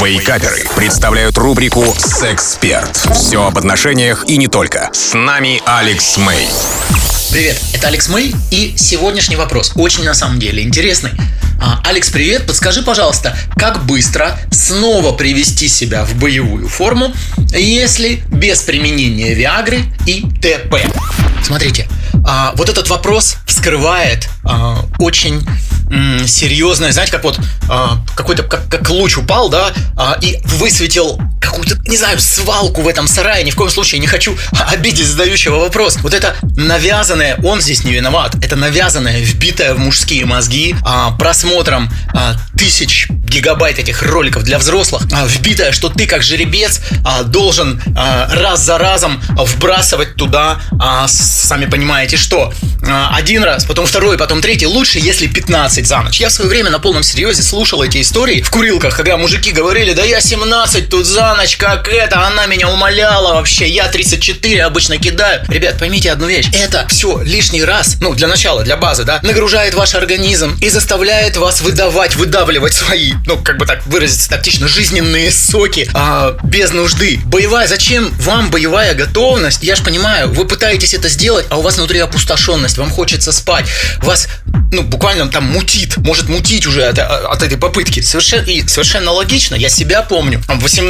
Вейкаперы представляют рубрику «Сексперт». Все об отношениях и не только. С нами Алекс Мэй. Привет, это Алекс Мэй, и сегодняшний вопрос очень на самом деле интересный. Алекс, привет, подскажи, пожалуйста, как быстро снова привести себя в боевую форму, если без применения Виагры и ТП? Смотрите, вот этот вопрос вскрывает очень серьезное, знаете, как вот какой-то как луч упал, да, и высветил какую-то, не знаю, свалку в этом сарае. Ни в коем случае не хочу обидеть задающего вопрос. Вот это навязанное, он здесь не виноват, это навязанное, вбитое в мужские мозги просмотром тысяч гигабайт этих роликов для взрослых, вбитое, что ты как жеребец должен раз за разом вбрасывать туда, сами понимаете что, один раз, потом второй, потом третий, лучше если 15 за ночь. Я в свое время на полном серьезе слушал эти истории в курилках, когда мужики говорили: да я 17 тут за ночь, как это, она меня умоляла вообще, я 34 обычно кидаю. Ребят, поймите одну вещь, это все лишний раз, для начала, для базы, да, нагружает ваш организм и заставляет вас выдавливать свои, как бы так выразиться тактично, жизненные соки без нужды. Боевая, зачем вам боевая готовность? Я ж понимаю, вы пытаетесь это сделать, а у вас внутри опустошенность, вам хочется спать, вас, буквально там мутит, может мутить уже от этой попытки. Совершенно логично, я себя помню,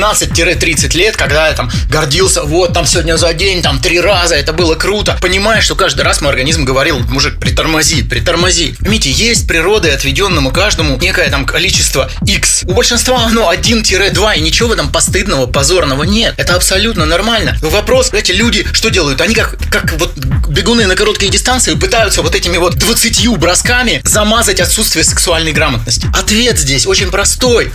18-30 лет, когда я там гордился, вот там сегодня за день, там 3 раза, это было круто. Понимаешь, что каждый раз мой организм говорил: мужик, притормози. Поймите, есть природой отведенному каждому некое там количество X. У большинства оно 1-2, и ничего в этом постыдного, позорного нет. Это абсолютно нормально. Вопрос, эти люди что делают? Они как вот бегуны на короткие дистанции пытаются вот этими вот 20 бросками замазать отсутствие сексуальной грамотности. Ответ здесь очень простой.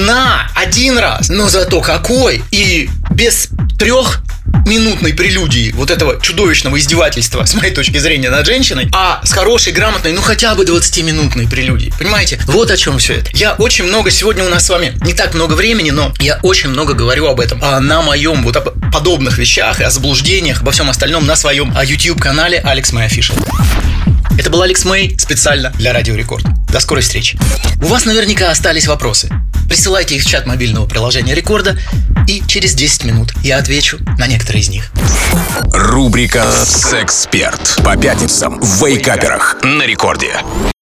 Один раз, но зато какой. И без 3-минутной прелюдии вот этого чудовищного издевательства, с моей точки зрения, над женщиной, а с хорошей, грамотной, хотя бы 20-минутной прелюдией. Понимаете? Вот о чем все это. Я очень много, сегодня у нас с вами не так много времени, но я очень много говорю об этом, на моем вот о подобных вещах, о заблуждениях, обо всем остальном на своем YouTube-канале Алекс Мэй Official. Это был Алекс Мэй специально для Радио Рекорд. До скорой встречи. У вас наверняка остались вопросы. Присылайте их в чат мобильного приложения Рекорда, и через 10 минут я отвечу на некоторые из них. Рубрика «Сексперт» по пятницам в Вейкаперах на Рекорде.